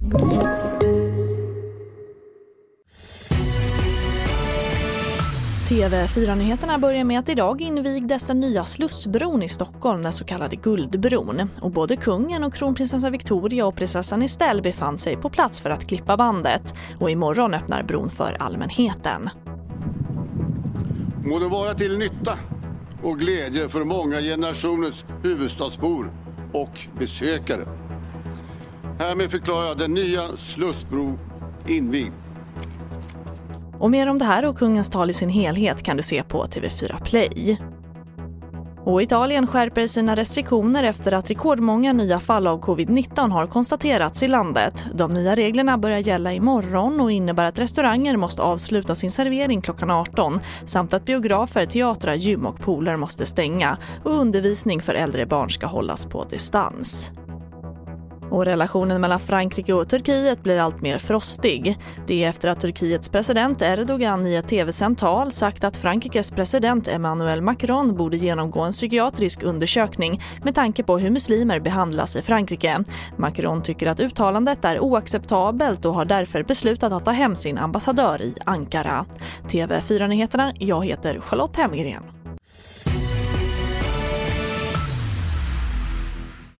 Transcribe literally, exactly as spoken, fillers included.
T V fyra-nyheterna börjar med att idag invigdes den nya Slussbron i Stockholm, den så kallade Guldbron. Och både kungen och kronprinsessa Victoria och prinsessan Estelle befann sig på plats för att klippa bandet. Och imorgon öppnar bron för allmänheten. Må det vara till nytta och glädje för många generationers huvudstadsbor och besökare. Härmed förklarar jag den nya Slussbron invigd. Och mer om det här och kungens tal i sin helhet kan du se på T V fyra Play. Och Italien skärper sina restriktioner efter att rekordmånga nya fall av covid nitton har konstaterats i landet. De nya reglerna börjar gälla imorgon och innebär att restauranger måste avsluta sin servering klockan arton samt att biografer, teatrar, gym och pooler måste stänga och undervisning för äldre barn ska hållas på distans. Och relationen mellan Frankrike och Turkiet blir allt mer frostig. Det är efter att Turkiets president Erdogan i ett tv-sänt tal sagt att Frankrikes president Emmanuel Macron borde genomgå en psykiatrisk undersökning med tanke på hur muslimer behandlas i Frankrike. Macron tycker att uttalandet är oacceptabelt och har därför beslutat att ta hem sin ambassadör i Ankara. T V fyra-nyheterna, jag heter Charlotte Hemgren.